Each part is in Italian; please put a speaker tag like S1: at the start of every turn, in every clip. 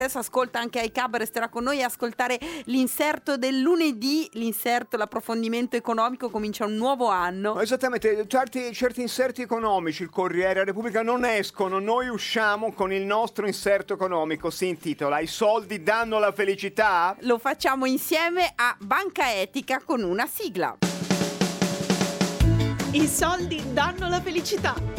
S1: Adesso ascolta anche iCab, resterà con noi a ascoltare l'inserto del lunedì, l'approfondimento economico, comincia un nuovo anno.
S2: Esattamente, certi inserti economici, il Corriere, la Repubblica non escono, noi usciamo con il nostro inserto economico, si intitola "I soldi danno la felicità?".
S1: Lo facciamo insieme a Banca Etica con una sigla.
S3: I soldi danno la felicità.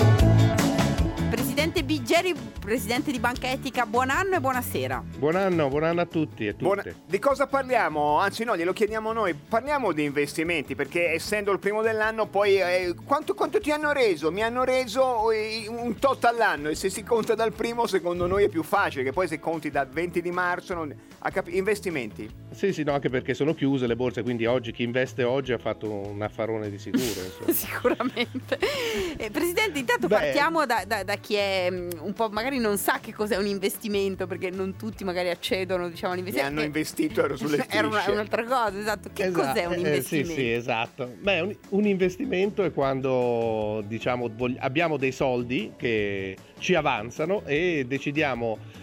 S1: Presidente Biggeri, presidente di Banca Etica, buon anno e buonasera.
S4: Buon anno a tutti e tutte.
S2: Di cosa parliamo? Anzi no, glielo chiediamo noi. Parliamo di investimenti, perché essendo il primo dell'anno poi quanto ti hanno reso? Mi hanno reso un tot all'anno, e se si conta dal primo secondo noi è più facile, che poi se conti dal 20 di marzo investimenti.
S4: Sì, no, anche perché sono chiuse le borse, quindi oggi chi investe oggi ha fatto un affarone di sicuro.
S1: Sicuramente. Presidente, intanto partiamo da chi è un po' magari non sa che cos'è un investimento, perché non tutti magari accedono, diciamo, all'investimento.
S2: Mi hanno investito, ero sulle strisce.
S1: Era un'altra cosa, esatto. Cos'è un investimento?
S4: Sì, esatto. Un investimento è quando, diciamo, abbiamo dei soldi che ci avanzano e decidiamo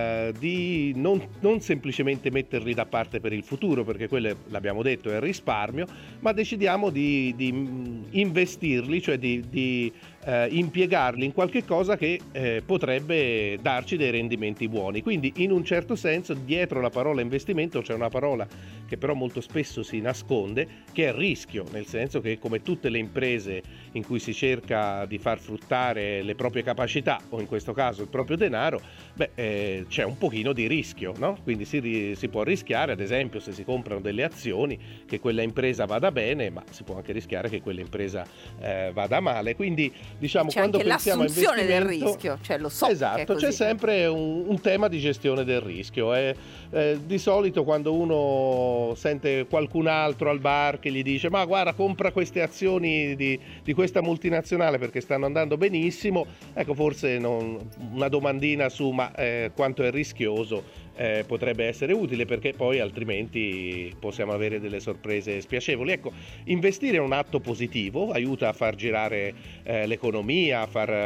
S4: di non semplicemente metterli da parte per il futuro, perché quello, l'abbiamo detto, è il risparmio, ma decidiamo di investirli, cioè di impiegarli in qualche cosa che potrebbe darci dei rendimenti buoni. Quindi in un certo senso dietro la parola investimento c'è una parola che però molto spesso si nasconde, che è rischio, nel senso che, come tutte le imprese in cui si cerca di far fruttare le proprie capacità, o in questo caso il proprio denaro, c'è un pochino di rischio, no? Quindi si può rischiare, ad esempio, se si comprano delle azioni, che quella impresa vada bene, ma si può anche rischiare che quella impresa vada male. Quindi, diciamo,
S1: c'è
S4: quando
S1: anche
S4: pensiamo a
S1: l'assunzione del
S4: investimento,
S1: rischio, cioè lo so.
S4: esatto, c'è sempre un tema di gestione del rischio. Di solito quando uno sente qualcun altro al bar che gli dice: ma guarda, compra queste azioni di questa multinazionale perché stanno andando benissimo, ecco, forse una domandina su quanto è rischioso potrebbe essere utile, perché poi altrimenti possiamo avere delle sorprese spiacevoli. Ecco, investire è un atto positivo, aiuta a far girare l'economia,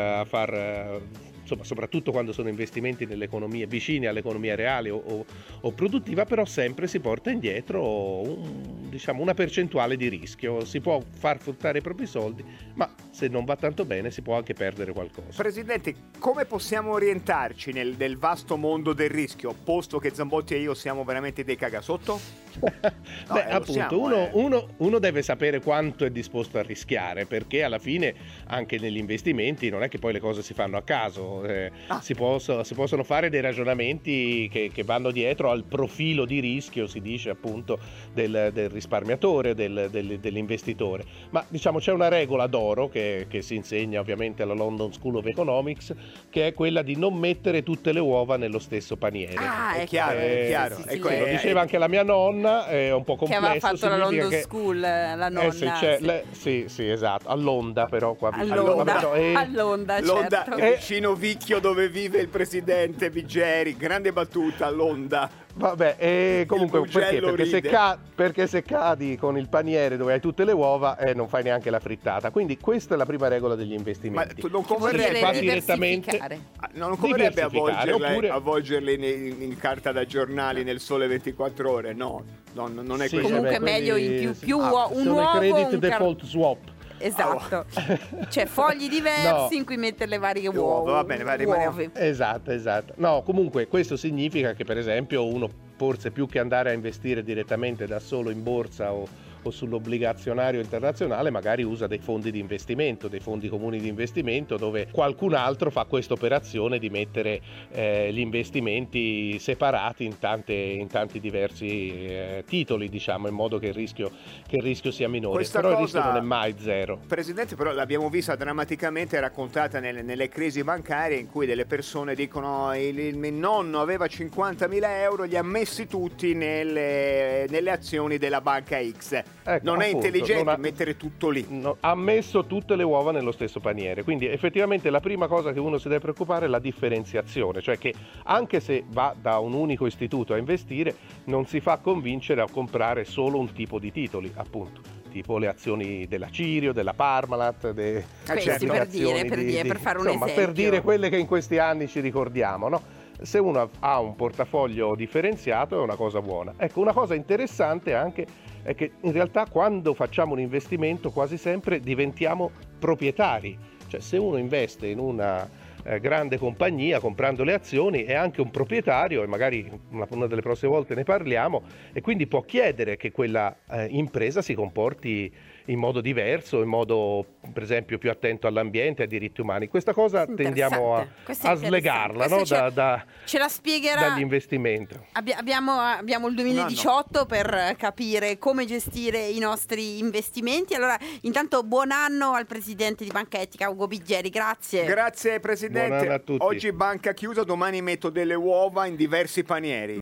S4: insomma, soprattutto quando sono investimenti nell'economia, vicini all'economia reale o produttiva, però sempre si porta indietro una percentuale di rischio. Si può far fruttare i propri soldi, ma se non va tanto bene si può anche perdere qualcosa.
S2: Presidente, come possiamo orientarci nel vasto mondo del rischio, posto che Zambotti e io siamo veramente dei cagasotto?
S4: Uno deve sapere quanto è disposto a rischiare, perché alla fine anche negli investimenti non è che poi le cose si fanno a caso. Si possono fare dei ragionamenti che vanno dietro al profilo di rischio, si dice appunto, del risparmiatore, dell'investitore. Ma diciamo c'è una regola d'oro che si insegna ovviamente alla London School of Economics, che è quella di non mettere tutte le uova nello stesso paniere.
S2: È chiaro.
S1: Sì,
S4: lo diceva anche la mia nonna, è un po' complesso.
S1: Che aveva fatto la London School, la nonna.
S4: Sì, esatto, a Londra però qua
S1: vicino.
S2: Londa,
S1: certo.
S2: Vicino Vicchio, dove vive il presidente Biggeri, grande battuta, Londa.
S4: Vabbè, comunque perché se cadi con il paniere dove hai tutte le uova non fai neanche la frittata. Quindi questa è la prima regola degli investimenti.
S2: Ma non converrebbe
S1: diversificare.
S2: Non converrebbe avvolgerle in carta da giornali nel Sole 24 ore? No, non è
S1: sì,
S2: così.
S1: Comunque è meglio in più un uovo.
S4: Sono i credit default swap.
S1: Esatto, cioè fogli diversi in cui mettere le varie uova.
S2: Va bene, rimaniamo.
S4: Esatto. No, comunque questo significa che, per esempio, uno forse, più che andare a investire direttamente da solo in borsa o sull'obbligazionario internazionale, magari usa dei fondi di investimento, dei fondi comuni di investimento, dove qualcun altro fa questa operazione di mettere gli investimenti separati in tanti diversi titoli, diciamo, in modo che il rischio sia minore. Però il rischio non è mai zero.
S2: Presidente, però l'abbiamo vista drammaticamente raccontata nelle crisi bancarie, in cui delle persone dicono: il mio nonno aveva 50.000 euro, li ha messi tutti nelle azioni della banca X.
S4: Ecco,
S2: non è
S4: appunto,
S2: intelligente mettere tutto lì.
S4: Ha messo tutte le uova nello stesso paniere. Quindi effettivamente la prima cosa che uno si deve preoccupare è la differenziazione, cioè che anche se va da un unico istituto a investire, non si fa convincere a comprare solo un tipo di titoli, appunto, tipo le azioni della Cirio, della Parmalat,
S1: per fare un esempio.
S4: Per dire quelle che in questi anni ci ricordiamo, no? se uno ha un portafoglio differenziato è una cosa buona. Ecco, una cosa interessante anche è che in realtà quando facciamo un investimento quasi sempre diventiamo proprietari, cioè se uno investe in una grande compagnia comprando le azioni è anche un proprietario, e magari una delle prossime volte ne parliamo, e quindi può chiedere che quella impresa si comporti in modo diverso, in modo per esempio più attento all'ambiente e ai diritti umani. Questa cosa tendiamo a slegarla, no?
S1: Ce la spiegherà
S4: dagli investimenti.
S1: Abbiamo il 2018 per capire come gestire i nostri investimenti. Allora, intanto buon anno al presidente di Banca Etica, Ugo Bigieri, grazie.
S2: Grazie presidente.
S4: Buon anno a tutti.
S2: Oggi banca chiusa, domani metto delle uova in diversi panieri.